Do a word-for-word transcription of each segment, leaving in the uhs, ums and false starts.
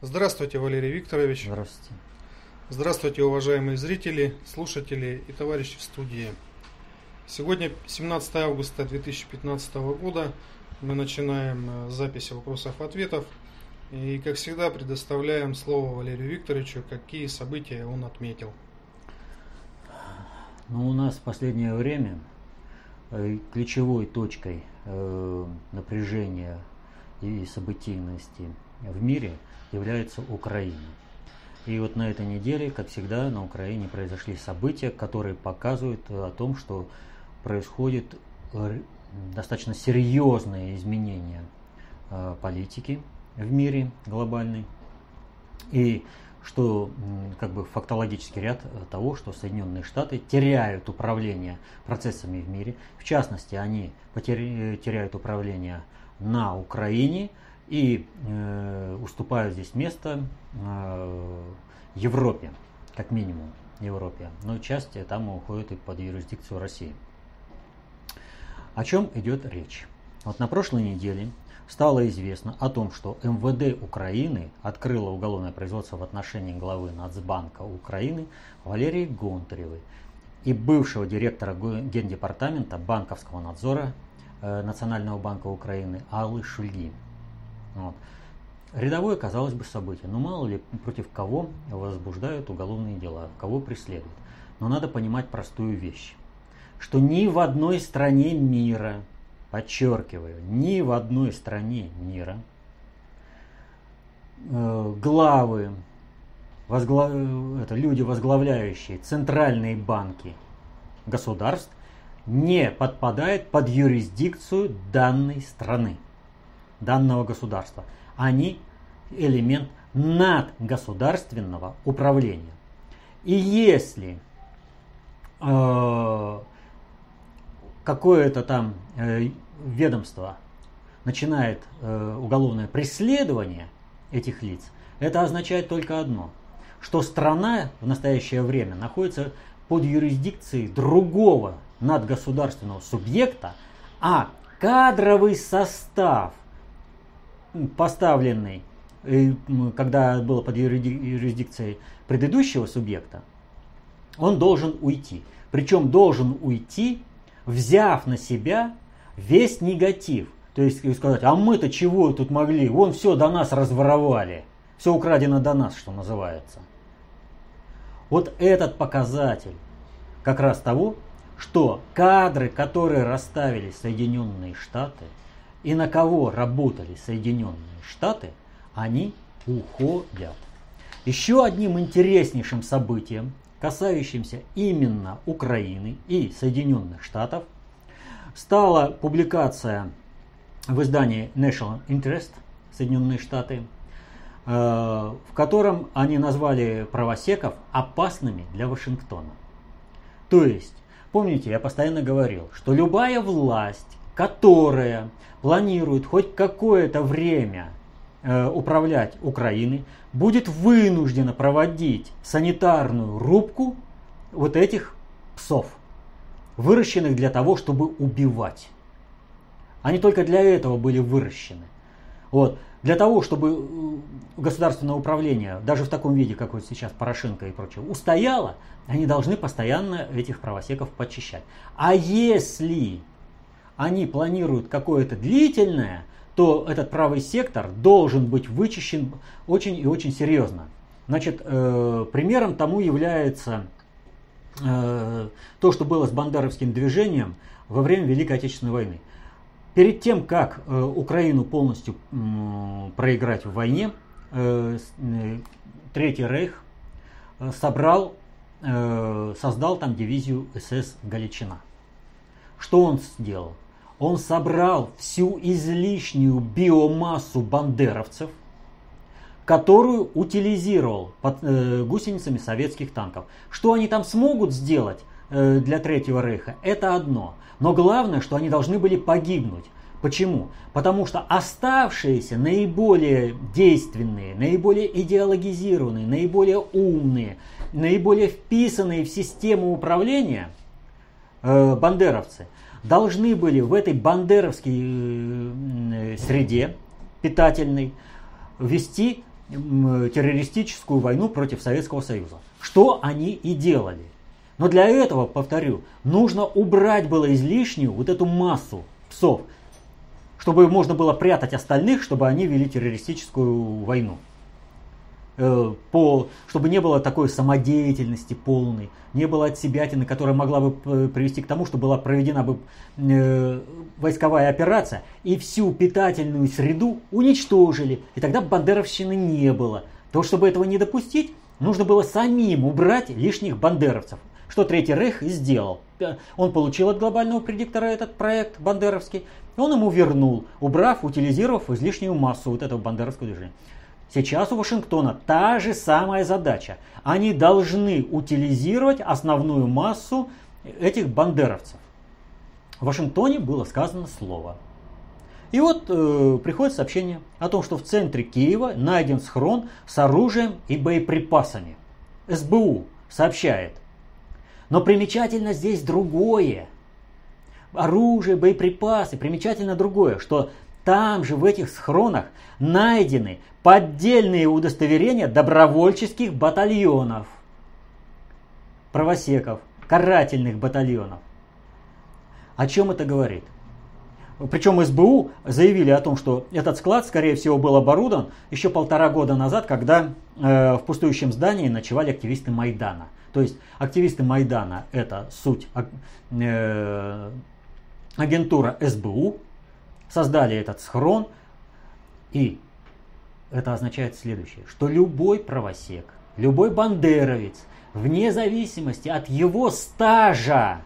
Здравствуйте, Валерий Викторович. Здравствуйте. Здравствуйте, уважаемые зрители, слушатели и товарищи в студии. Сегодня семнадцатое августа две тысячи пятнадцатого года. Мы начинаем запись вопросов-ответов. И, как всегда, предоставляем слово Валерию Викторовичу, какие события он отметил. Ну, у нас в последнее время ключевой точкой напряжения и событийности в мире является Украина. И вот на этой неделе, как всегда, на Украине произошли события, которые показывают о том, что происходит достаточно серьезные изменения политики в мире глобальной. И что как бы фактологический ряд того, что Соединенные Штаты теряют управление процессами в мире. В частности, они теряют управление на Украине и э, уступают здесь место э, Европе, как минимум Европе. Но часть там уходит и под юрисдикцию России. О чем идет речь? Вот на прошлой неделе стало известно о том, что эм вэ дэ Украины открыло уголовное производство в отношении главы Нацбанка Украины Валерии Гонтаревой и бывшего директора Гендепартамента банковского надзора э, Национального банка Украины Аллы Шульги. Вот. Рядовое, казалось бы, событие. Но мало ли против кого возбуждают уголовные дела, кого преследуют. Но надо понимать простую вещь, что ни в одной стране мира, подчеркиваю, ни в одной стране мира э, главы, возгла... это люди, возглавляющие центральные банки государств, не подпадают под юрисдикцию данной страны, данного государства. Они элемент надгосударственного управления. И если э, какое-то там э, ведомство начинает э, уголовное преследование этих лиц, это означает только одно, что страна в настоящее время находится под юрисдикцией другого надгосударственного субъекта, а кадровый состав, поставленный, когда было под юрисдикцией предыдущего субъекта, он должен уйти. Причем должен уйти, взяв на себя весь негатив. То есть сказать, а мы-то чего тут могли? Вон все до нас разворовали. Все украдено до нас, что называется. Вот этот показатель как раз того, что кадры, которые расставили Соединенные Штаты, и на кого работали Соединенные Штаты, они уходят. Еще одним интереснейшим событием, касающимся именно Украины и Соединенных Штатов, стала публикация в издании National Interest Соединенные Штаты, в котором они назвали правосеков опасными для Вашингтона. То есть, помните, я постоянно говорил, что любая власть, которая планирует хоть какое-то время э, управлять Украиной, будет вынуждена проводить санитарную рубку вот этих псов, выращенных для того, чтобы убивать. Они только для этого были выращены. Вот. Для того, чтобы государственное управление, даже в таком виде, как вот сейчас Порошенко и прочее, устояло, они должны постоянно этих правосеков подчищать. А если они планируют какое-то длительное, то этот правый сектор должен быть вычищен очень и очень серьезно. Значит, э, примером тому является э, то, что было с бандеровским движением во время Великой Отечественной войны. Перед тем, как э, Украину полностью э, проиграть в войне, э, э, Третий Рейх э, собрал, э, создал там дивизию эс эс «Галичина». Что он сделал? Он собрал всю излишнюю биомассу бандеровцев, которую утилизировал под э, гусеницами советских танков. Что они там смогут сделать э, для Третьего Рейха, это одно. Но главное, что они должны были погибнуть. Почему? Потому что оставшиеся наиболее действенные, наиболее идеологизированные, наиболее умные, наиболее вписанные в систему управления э, бандеровцы должны были в этой бандеровской э, среде питательной вести террористическую войну против Советского Союза. Что они и делали. Но для этого, повторю, нужно убрать было излишнюю вот эту массу псов, чтобы можно было прятать остальных, чтобы они вели террористическую войну. По, чтобы не было такой самодеятельности полной, не было отсебятины, которая могла бы привести к тому, что была проведена бы э, войсковая операция, и всю питательную среду уничтожили, и тогда бандеровщины не было. То, чтобы этого не допустить, нужно было самим убрать лишних бандеровцев, что Третий Рейх и сделал. Он получил от глобального предиктора этот проект бандеровский, он ему вернул, убрав, утилизировав излишнюю массу вот этого бандеровского движения. Сейчас у Вашингтона та же самая задача. Они должны утилизировать основную массу этих бандеровцев. В Вашингтоне было сказано слово. И вот э, приходит сообщение о том, что в центре Киева найден схрон с оружием и боеприпасами. эс бэ у сообщает. Но примечательно здесь другое. Оружие, боеприпасы, примечательно другое, что там же в этих схронах найдены поддельные удостоверения добровольческих батальонов, правосеков, карательных батальонов. О чем это говорит? Причем эс бэ у заявили о том, что этот склад, скорее всего, был оборудован еще полтора года назад, когда э, в пустующем здании ночевали активисты Майдана. То есть активисты Майдана – это суть э, агентура эс бэ у, создали этот схрон, и это означает следующее, что любой правосек, любой бандеровец, вне зависимости от его стажа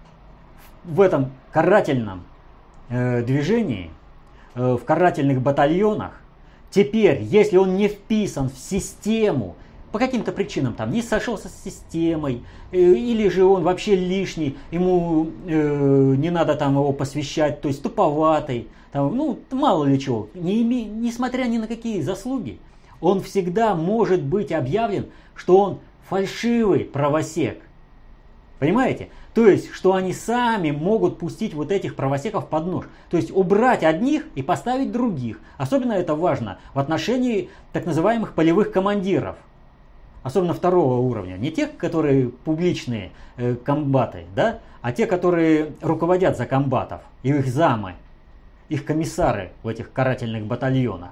в этом карательном э, движении, э, в карательных батальонах, теперь, если он не вписан в систему, по каким-то причинам там не сошелся с системой, э, или же он вообще лишний, ему э, не надо там его посвящать, то есть туповатый, там, ну мало ли чего, не име, несмотря ни на какие заслуги, он всегда может быть объявлен, что он фальшивый правосек. Понимаете? То есть, что они сами могут пустить вот этих правосеков под нож. То есть, убрать одних и поставить других. Особенно это важно в отношении так называемых полевых командиров. Особенно второго уровня. Не тех, которые публичные э, комбаты, да, а те, которые руководят за комбатов. И их замы, их комиссары в этих карательных батальонах.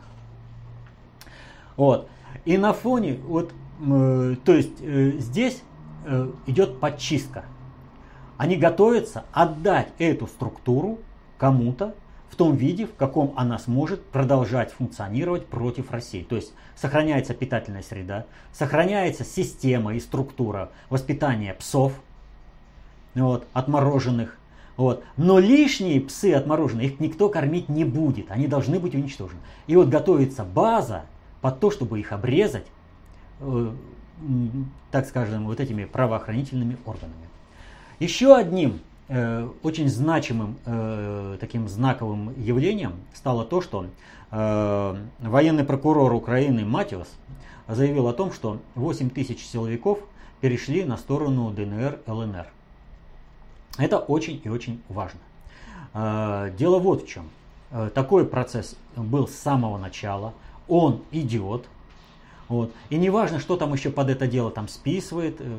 Вот. И на фоне, вот, э, то есть, э, здесь э, идет подчистка. Они готовятся отдать эту структуру кому-то в том виде, в каком она сможет продолжать функционировать против России. То есть сохраняется питательная среда, сохраняется система и структура воспитания псов, вот, отмороженных. Вот. Но лишние псы отмороженные, их никто кормить не будет, они должны быть уничтожены. И вот готовится база под то, чтобы их обрезать, э, так скажем, вот этими правоохранительными органами. Еще одним э, очень значимым э, таким знаковым явлением стало то, что э, военный прокурор Украины Матиос заявил о том, что восемь тысяч силовиков перешли на сторону дэ эн эр эл эн эр. Это очень и очень важно. Э, дело вот в чем. Э, такой процесс был с самого начала, он идет. Вот. И не важно, что там еще под это дело там списывает э,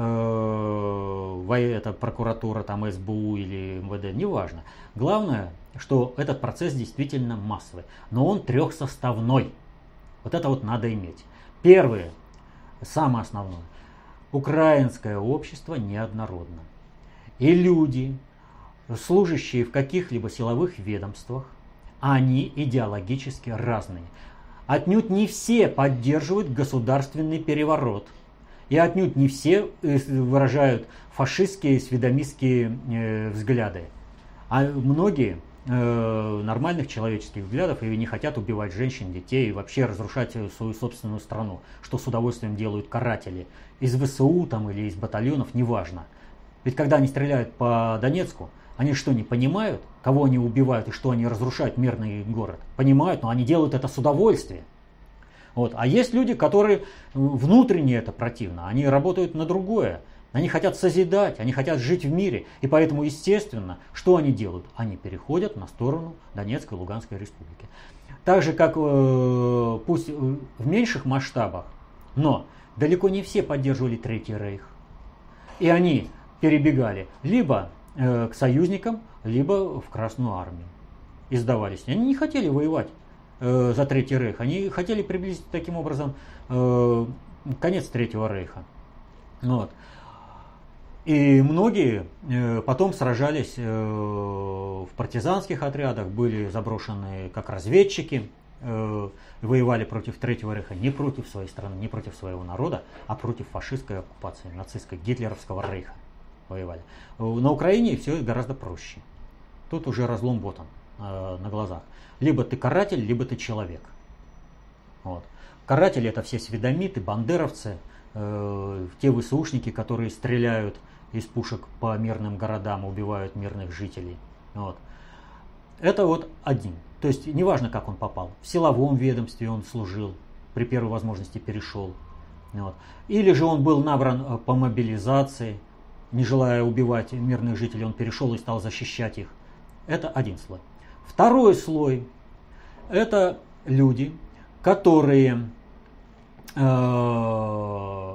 э, это прокуратура, там эс бэ у или эм вэ дэ, не важно. Главное, что этот процесс действительно массовый, но он трехсоставной. Вот это вот надо иметь. Первое, самое основное, украинское общество неоднородно. И люди, служащие в каких-либо силовых ведомствах, они идеологически разные. Отнюдь не все поддерживают государственный переворот. И отнюдь не все выражают фашистские, сведомистские э, взгляды. А многие э, нормальных человеческих взглядов и не хотят убивать женщин, детей и вообще разрушать свою собственную страну, что с удовольствием делают каратели. Из вэ эс у там, или из батальонов, неважно. Ведь когда они стреляют по Донецку, они что, не понимают, кого они убивают и что они разрушают мирный город? Понимают, но они делают это с удовольствием. Вот. А есть люди, которые внутренне это противно, они работают на другое. Они хотят созидать, они хотят жить в мире. И поэтому, естественно, что они делают? Они переходят на сторону Донецкой и Луганской республики. Так же, как э, пусть в меньших масштабах, но далеко не все поддерживали Третий Рейх. И они перебегали либо э, к союзникам, либо в Красную Армию. И сдавались. Они не хотели воевать э, за Третий Рейх. Они хотели приблизить таким образом э, конец Третьего Рейха. Вот. И многие э, потом сражались э, в партизанских отрядах, были заброшены как разведчики, э, воевали против Третьего Рейха, не против своей страны, не против своего народа, а против фашистской оккупации, нацистской, гитлеровского рейха воевали. На Украине все гораздо проще. Тут уже разлом вот он, э, на глазах. Либо ты каратель, либо ты человек. Вот. Каратели — это все сведомиты, бандеровцы, э, те ВСУшники, которые стреляют из пушек по мирным городам, убивают мирных жителей. Вот. Это вот один. То есть неважно, как он попал. В силовом ведомстве он служил, при первой возможности перешел. Вот. Или же он был набран по мобилизации, не желая убивать мирных жителей, он перешел и стал защищать их. Это один слой. Второй слой — это люди, которые э,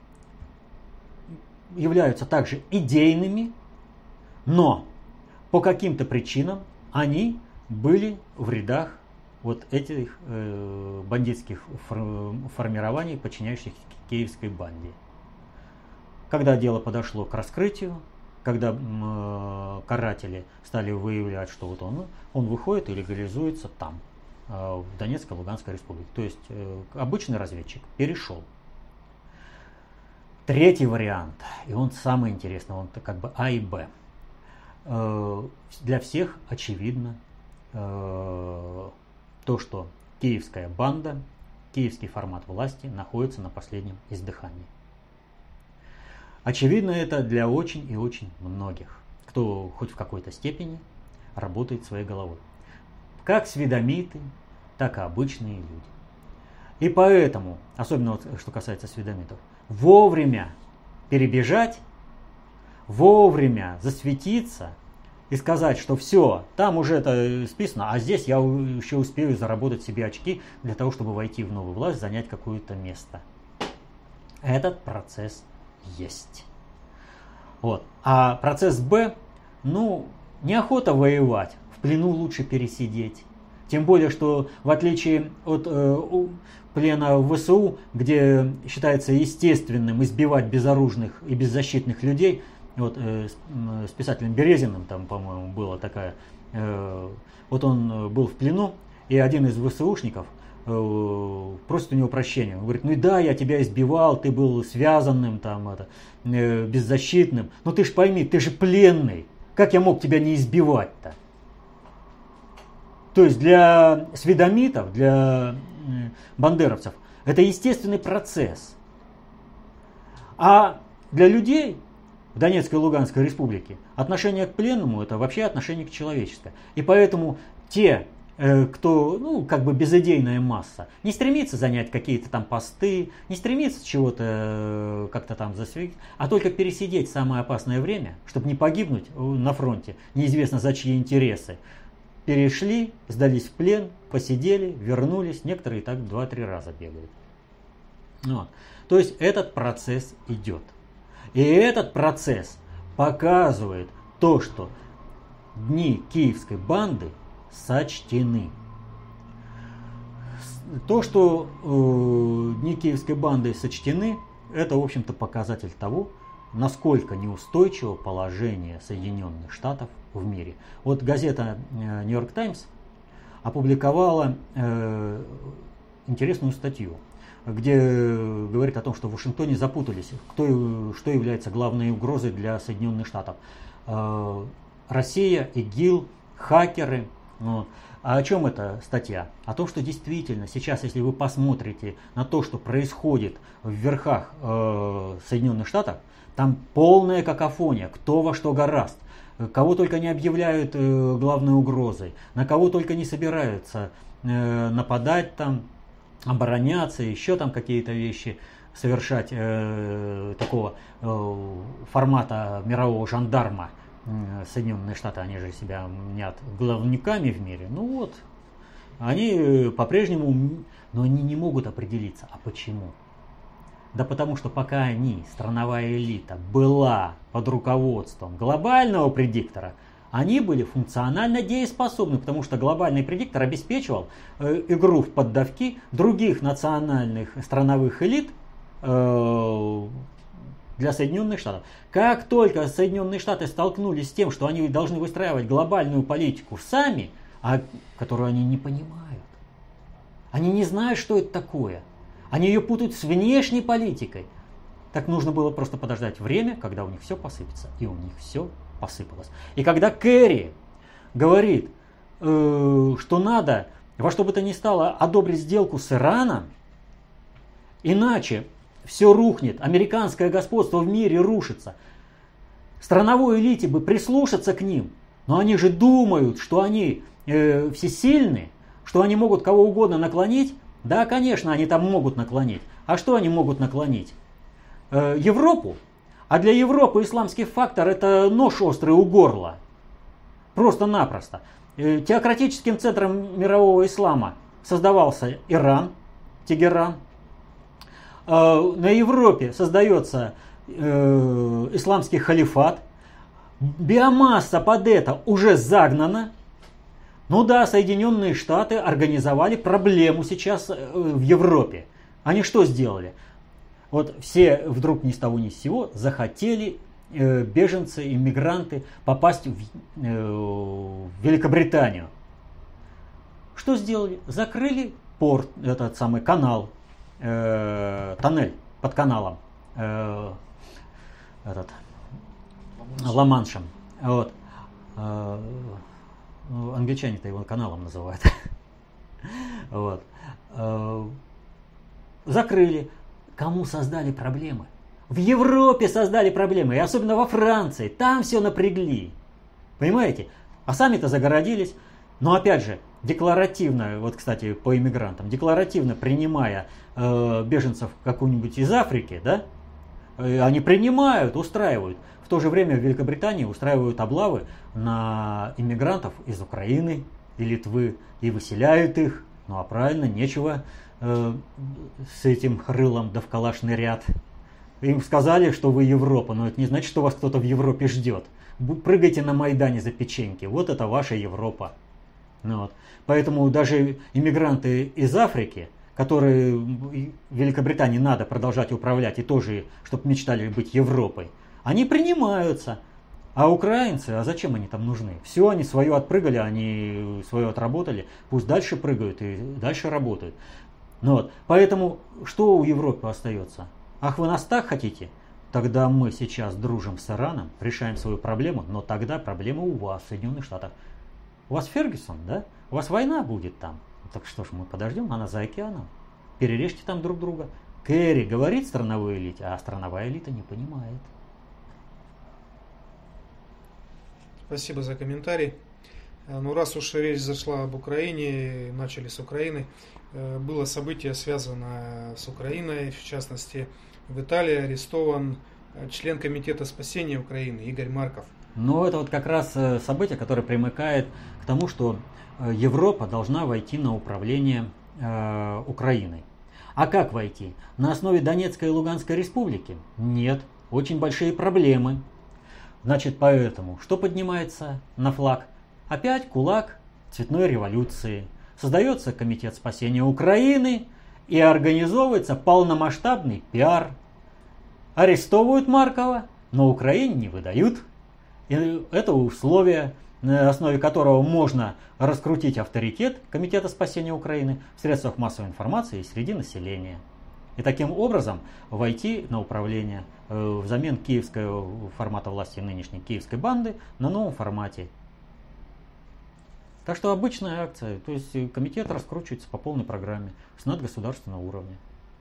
являются также идейными, но по каким-то причинам они были в рядах вот этих э, бандитских формирований, подчиняющихся киевской банде. Когда дело подошло к раскрытию, когда э, каратели стали выявлять, что вот он, он выходит и легализуется там, э, в Донецкой, Луганской республике. То есть э, обычный разведчик перешел. Третий вариант, и он самый интересный, он как бы А и Б. Э, для всех очевидно э, то, что киевская банда, киевский формат власти находится на последнем издыхании. Очевидно это для очень и очень многих, кто хоть в какой-то степени работает своей головой. Как сведомиты, так и обычные люди. И поэтому, особенно вот, что касается сведомитов, вовремя перебежать, вовремя засветиться и сказать, что все, там уже это списано, а здесь я еще успею заработать себе очки для того, чтобы войти в новую власть, занять какое-то место. Этот процесс есть. Вот. А процесс Б, ну, неохота воевать, в плену лучше пересидеть. Тем более, что в отличие от э, плена в ВСУ, где считается естественным избивать безоружных и беззащитных людей, вот э, с, с писателем Березиным, там, по-моему, была такая, э, вот он был в плену, и один из ВСУшников э, просит у него прощения. Он говорит: ну и да, я тебя избивал, ты был связанным, там, это, э, беззащитным, но ты ж пойми, ты же пленный, как я мог тебя не избивать-то? То есть для сведомитов, для бандеровцев это естественный процесс. А для людей в Донецкой и Луганской республике отношение к пленному — это вообще отношение к человеческое. И поэтому те, кто, ну, как бы безыдейная масса, не стремится занять какие-то там посты, не стремится чего-то как-то там засветить, а только пересидеть самое опасное время, чтобы не погибнуть на фронте, неизвестно за чьи интересы. Перешли, сдались в плен, посидели, вернулись. Некоторые так два-три раза бегают. Вот. То есть этот процесс идет. И этот процесс показывает то, что дни киевской банды сочтены. То, что э, дни киевской банды сочтены, это, в общем-то, показатель того, насколько неустойчиво положение Соединенных Штатов в мире. Вот газета «Нью-Йорк Таймс» опубликовала э, интересную статью, где говорит о том, что в Вашингтоне запутались, кто, что является главной угрозой для Соединенных Штатов. Э, Россия, ИГИЛ, хакеры. Ну, а о чем эта статья? О том, что действительно сейчас, если вы посмотрите на то, что происходит в верхах э, Соединенных Штатов, там полная какофония, кто во что горазд. Кого только не объявляют э, главной угрозой, на кого только не собираются э, нападать, там, обороняться, еще там какие-то вещи совершать э, такого э, формата мирового жандарма. Э, Соединенные Штаты, они же себя мнят главниками в мире. Ну вот, Они по-прежнему, но они не могут определиться. А почему? Да потому что пока они, страновая элита, была под руководством глобального предиктора, они были функционально дееспособны, потому что глобальный предиктор обеспечивал э, игру в поддавки других национальных страновых элит э, для Соединенных Штатов. Как только Соединенные Штаты столкнулись с тем, что они должны выстраивать глобальную политику сами, а, которую они не понимают, они не знают, что это такое. Они ее путают с внешней политикой. Так нужно было просто подождать время, когда у них все посыпется. И у них все посыпалось. И когда Керри говорит, э, что надо во что бы то ни стало одобрить сделку с Ираном, иначе все рухнет, американское господство в мире рушится. Страновой элите бы прислушаться к ним, но они же думают, что они э, всесильны, что они могут кого угодно наклонить. Да, конечно, они там могут наклонить. А что они могут наклонить? Э, Европу? А для Европы исламский фактор — это нож острый у горла. Просто-напросто. Э, теократическим центром мирового ислама создавался Иран, Тегеран. Э, на Европе создается э, исламский халифат. Биомасса под это уже загнана. Ну да, Соединенные Штаты организовали проблему сейчас в Европе. Они что сделали? Вот все вдруг ни с того ни с сего захотели э, беженцы, иммигранты попасть в, э, в Великобританию. Что сделали? Закрыли порт, этот самый канал, э, тоннель под каналом, э, этот, Ла-Маншем. Вот. Э, Ну, англичане-то его каналом называют. Вот. Закрыли. Кому создали проблемы? В Европе создали проблемы, и особенно во Франции. Там все напрягли. Понимаете? А сами-то загородились. Но опять же, декларативно, вот, кстати, по иммигрантам, декларативно принимая э, беженцев какую-нибудь из Африки, да, э, они принимают, устраивают. В то же время в Великобритании устраивают облавы на иммигрантов из Украины и Литвы и выселяют их. Ну а правильно, нечего э, с этим рылом да в калаш нырят. Им сказали, что вы Европа, но это не значит, что вас кто-то в Европе ждет. Прыгайте на Майдане за печеньки, вот это ваша Европа. Ну, вот. Поэтому даже иммигранты из Африки, которые в Великобритании надо продолжать управлять и тоже, чтобы мечтали быть Европой, они принимаются. А украинцы, а зачем они там нужны? Все, они свое отпрыгали, они свое отработали. Пусть дальше прыгают и дальше работают. Ну вот. Поэтому что у Европы остается? Ах, вы нас так хотите? Тогда мы сейчас дружим с Ираном, решаем свою проблему, но тогда проблема у вас, в Соединенных Штатах. У вас Фергюсон, да? У вас война будет там. Так что ж, мы подождем, она за океаном. Перережьте там друг друга. Керри говорит страновой элите, а страновая элита не понимает. Спасибо за комментарий. Ну, раз уж речь зашла об Украине, начали с Украины, было событие, связанное с Украиной, в частности, в Италии арестован член Комитета спасения Украины Игорь Марков. Ну, это вот как раз событие, которое примыкает к тому, что Европа должна войти на управление э, Украиной. А как войти? На основе Донецкой и Луганской республики? Нет, очень большие проблемы. Значит, поэтому, что поднимается на флаг? Опять кулак цветной революции. Создается Комитет спасения Украины и организовывается полномасштабный пиар. Арестовывают Маркова, но Украине не выдают. И это условие, на основе которого можно раскрутить авторитет Комитета спасения Украины в средствах массовой информации и среди населения. И таким образом войти на управление э, взамен киевского формата власти нынешней киевской банды на новом формате. Так что обычная акция, то есть комитет раскручивается по полной программе с надгосударственного уровня.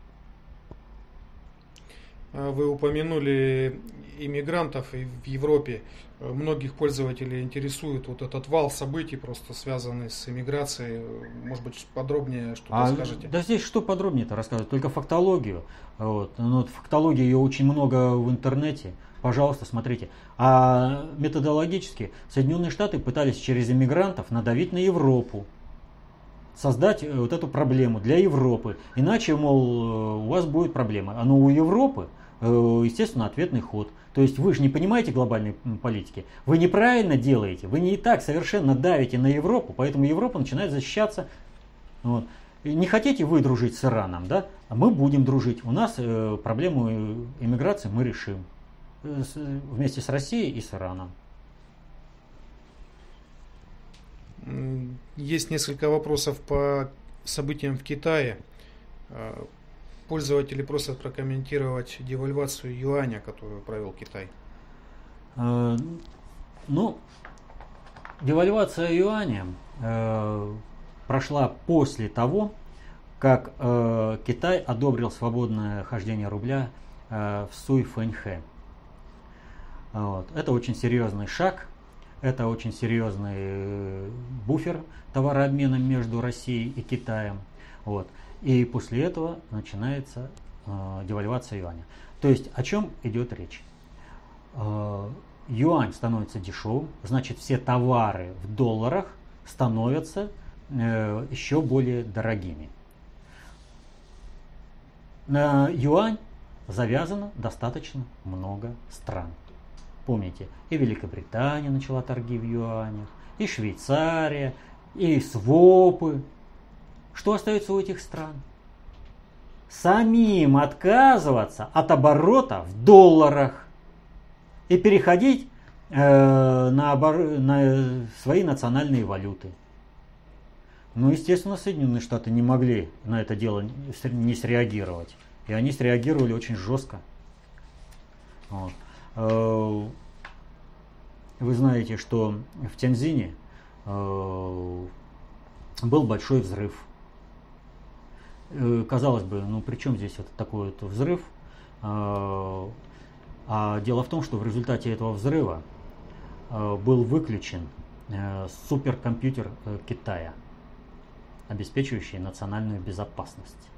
Вы упомянули иммигрантов в Европе. Многих пользователей интересует вот этот вал событий, просто связанный с иммиграцией. Может быть, подробнее что-то а, скажете? Да здесь что подробнее-то рассказывать? Только фактологию. Вот. Ну, вот фактологии ее очень много в интернете. Пожалуйста, смотрите. А методологически Соединенные Штаты пытались через иммигрантов надавить на Европу. создать вот эту проблему для Европы. Иначе, мол, у вас будет проблема. А ну у Европы, естественно, ответный ход. То есть вы же не понимаете глобальной политики. Вы неправильно делаете. Вы не так совершенно давите на Европу. Поэтому Европа начинает защищаться. Вот. Не хотите вы дружить с Ираном, да? А мы будем дружить. У нас э, проблему иммиграции мы решим. Э, с, вместе с Россией и с Ираном. Есть несколько вопросов по событиям в Китае. Пользователи просят прокомментировать девальвацию юаня, которую провел Китай. Э, ну, девальвация юаня э, прошла после того, как э, Китай одобрил свободное хождение рубля э, в Суйфэньхэ. Вот. Это очень серьезный шаг, это очень серьезный буфер товарообмена между Россией и Китаем. Вот. И после этого начинается э, девальвация юаня. То есть о чем идет речь? Э, юань становится дешевым, значит все товары в долларах становятся э, еще более дорогими. На юань завязано достаточно много стран. Помните, и Великобритания начала торги в юанях, и Швейцария, и свопы. Что остается у этих стран? Самим отказываться от оборота в долларах и переходить э, на, обор... на свои национальные валюты. Ну, естественно, Соединенные Штаты не могли на это дело не среагировать. И они среагировали очень жестко. Вот. Вы знаете, что в Тяньцзине э, был большой взрыв. Э, казалось бы, ну при чем здесь вот такой вот взрыв? Э, а дело в том, что в результате этого взрыва э, был выключен э, суперкомпьютер э, Китая, обеспечивающий национальную безопасность.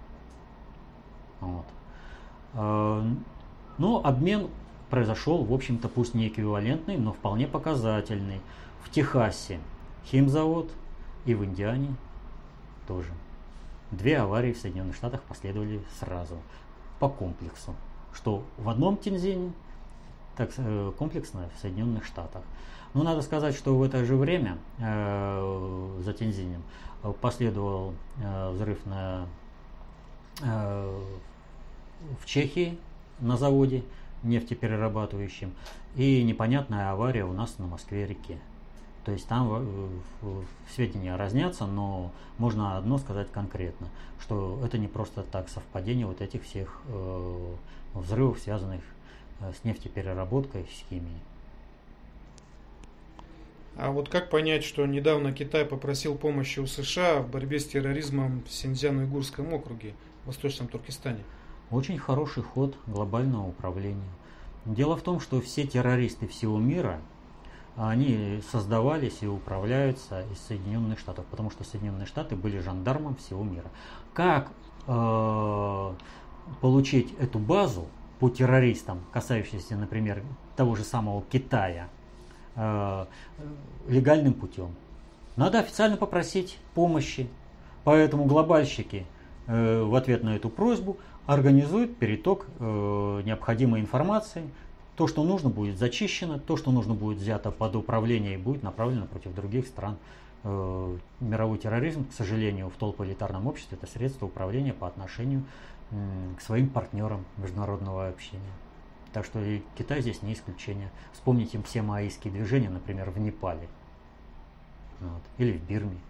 Вот. Э, но обмен произошел, в общем-то, пусть не эквивалентный, но вполне показательный. В Техасе химзавод и в Индиане тоже. Две аварии в Соединенных Штатах последовали сразу по комплексу. Что в одном Тяньцзине, так комплексно в Соединенных Штатах. Но надо сказать, что в это же время э, за Тяньцзинем последовал э, взрыв на, э, в Чехии на заводе нефтеперерабатывающим, и непонятная авария у нас на Москве-реке. То есть там сведения разнятся, но можно одно сказать конкретно, что это не просто так совпадение вот этих всех э, взрывов, связанных с нефтепереработкой, с химией. А вот как понять, что недавно Китай попросил помощи у США в борьбе с терроризмом в Синьцзян-Уйгурском округе в Восточном Туркестане? Очень хороший ход глобального управления. Дело в том, что все террористы всего мира, они создавались и управляются из Соединенных Штатов, потому что Соединенные Штаты были жандармом всего мира. Как э, получить эту базу по террористам, касающейся, например, того же самого Китая, э, легальным путем? Надо официально попросить помощи. Поэтому глобальщики э, в ответ на эту просьбу организует переток э, необходимой информации. То, что нужно, будет зачищено, то, что нужно, будет взято под управление и будет направлено против других стран. Э, мировой терроризм, к сожалению, в толпоэлитарном обществе это средство управления по отношению э, к своим партнерам международного общения. Так что и Китай здесь не исключение. Вспомните все маоистские движения, например, в Непале, вот, или в Бирме.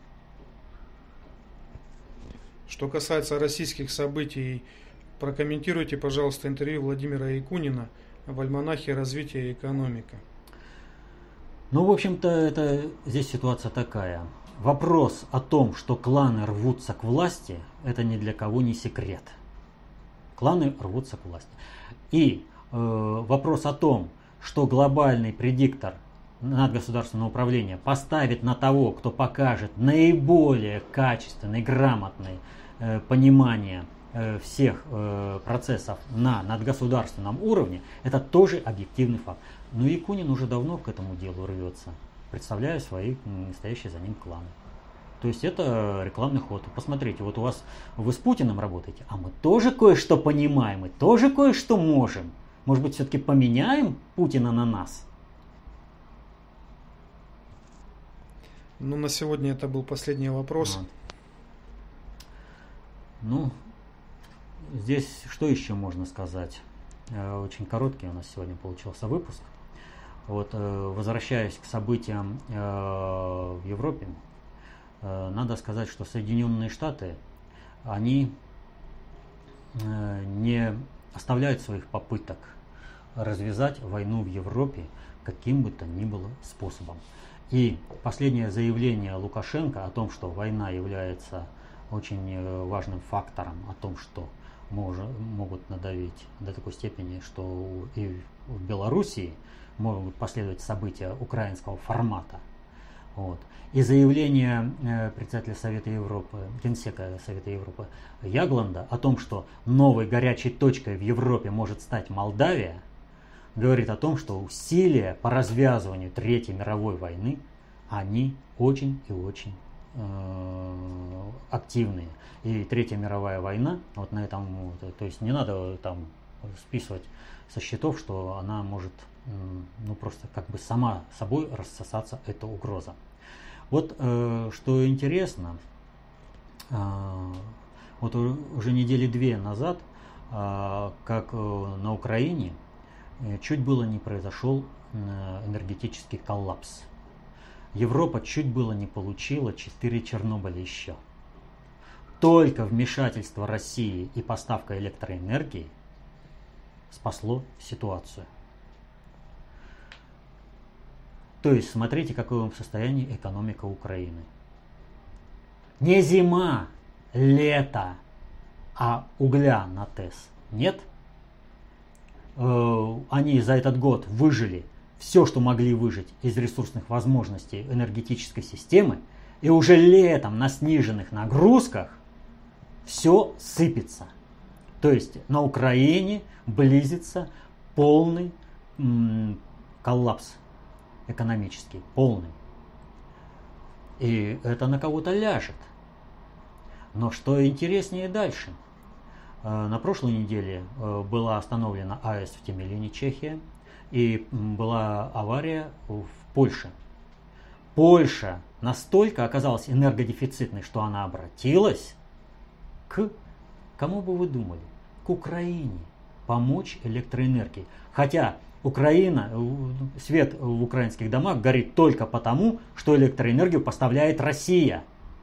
Что касается российских событий, прокомментируйте, пожалуйста, интервью Владимира Якунина в альманахе «Развитие и экономика». Ну, в общем-то, это здесь ситуация такая. Вопрос о том, что кланы рвутся к власти, это ни для кого не секрет. Кланы рвутся к власти. И э, вопрос о том, что глобальный предиктор надгосударственного управления поставит на того, кто покажет наиболее качественное, грамотное э, понимание э, всех э, процессов на надгосударственном уровне, это тоже объективный факт. Но Якунин уже давно к этому делу рвется, представляя свои стоящие за ним кланы. То есть это рекламный ход. Посмотрите, вот у вас вы с Путиным работаете, а мы тоже кое-что понимаем, мы тоже кое-что можем. Может быть, все-таки поменяем Путина на нас? Ну, на сегодня это был последний вопрос. Вот. Ну, здесь что еще можно сказать? Очень короткий у нас сегодня получился выпуск. Вот, возвращаясь к событиям в Европе, надо сказать, что Соединенные Штаты, они не оставляют своих попыток развязать войну в Европе каким бы то ни было способом. И последнее заявление Лукашенко о том, что война является очень важным фактором, о том, что мож, могут надавить до такой степени, что и в Белоруссии могут последовать события украинского формата. Вот. И заявление э, председателя Совета Европы, генсека Совета Европы Ягланда о том, что новой горячей точкой в Европе может стать Молдавия, говорит о том, что усилия по развязыванию Третьей мировой войны, они очень и очень э, активные. И Третья мировая война, вот на этом, вот, то есть не надо там списывать со счетов, что она может э, ну просто как бы сама собой рассосаться, эта угроза. Вот э, что интересно, э, вот уже недели две назад, э, как э, на Украине э, чуть было не произошел э, энергетический коллапс. Европа чуть было не получила четыре Чернобыля еще. Только вмешательство России и поставка электроэнергии спасло ситуацию. То есть смотрите, в каком состоянии экономика Украины. Не зима, лето, а угля на ТЭС нет. Они за этот год выжили все, что могли выжить из ресурсных возможностей энергетической системы, и уже летом на сниженных нагрузках все сыпется. То есть на Украине близится полный м, коллапс экономический, полный. И это на кого-то ляжет. Но что интереснее дальше. На прошлой неделе была остановлена АЭС в Темелине, Чехия, и была авария в Польше. Польша настолько оказалась энергодефицитной, что она обратилась к, кому бы вы думали, к Украине, помочь электроэнергии. Хотя Украина, свет в украинских домах горит только потому, что электроэнергию поставляет Россия.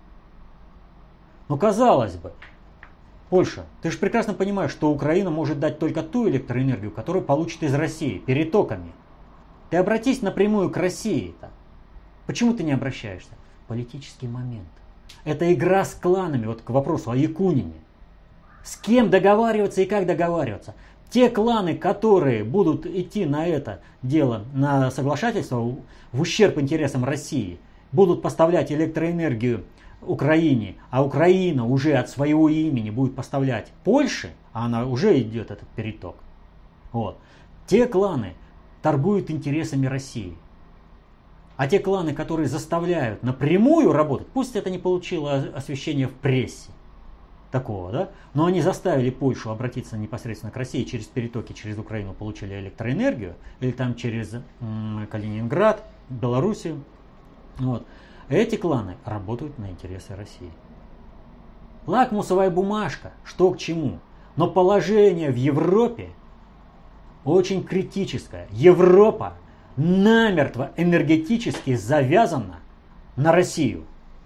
Но казалось бы, Польша, ты же прекрасно понимаешь, что Украина может дать только ту электроэнергию, которую получит из России, перетоками. Ты обратись напрямую к России-то. Почему ты не обращаешься? Политический момент. Это игра с кланами, вот к вопросу о Якунине. С кем договариваться и как договариваться? Те кланы, которые будут идти на это дело, на соглашательство в ущерб интересам России, будут поставлять электроэнергию Украине, а Украина уже от своего имени будет поставлять Польше, а она уже идет этот переток. Вот. Те кланы торгуют интересами России. А те кланы, которые заставляют напрямую работать, пусть это не получило освещения в прессе, такого, да, но они заставили Польшу обратиться непосредственно к России, через перетоки, через Украину получили электроэнергию, или там через м, Калининград, Белоруссию. Вот. Эти кланы работают на интересы России. Лакмусовая бумажка, что к чему. Но положение в Европе очень критическое. Европа намертво энергетически завязана на Россию.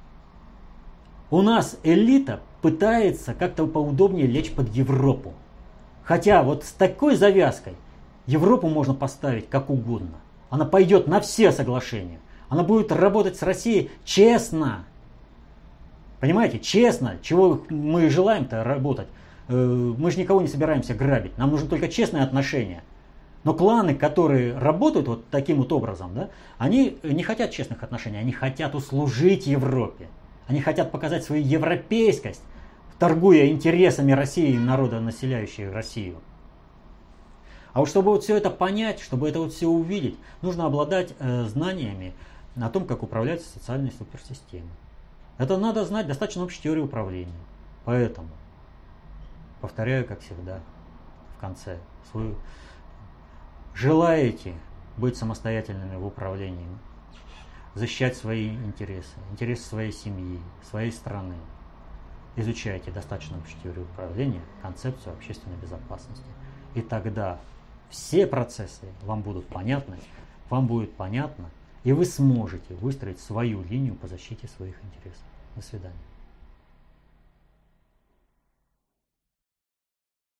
У нас элита пытается как-то поудобнее лечь под Европу. Хотя вот с такой завязкой Европу можно поставить как угодно. Она пойдет на все соглашения. Она будет работать с Россией честно. Понимаете, честно. Чего мы желаем-то работать? Мы же никого не собираемся грабить. Нам нужны только честные отношения. Но кланы, которые работают вот таким вот образом, да, они не хотят честных отношений. Они хотят услужить Европе. Они хотят показать свою европейскость, торгуя интересами России и народа, населяющего Россию. А вот чтобы вот все это понять, чтобы это вот все увидеть, нужно обладать э, знаниями о том, как управляются социальные суперсистемы. Это надо знать достаточно общей теории управления. Поэтому, повторяю, как всегда, в конце, свою... желаете быть самостоятельными в управлении, защищать свои интересы, интересы своей семьи, своей страны, изучайте достаточно общую теорию управления, концепцию общественной безопасности. И тогда все процессы вам будут понятны, вам будет понятно, и вы сможете выстроить свою линию по защите своих интересов. До свидания.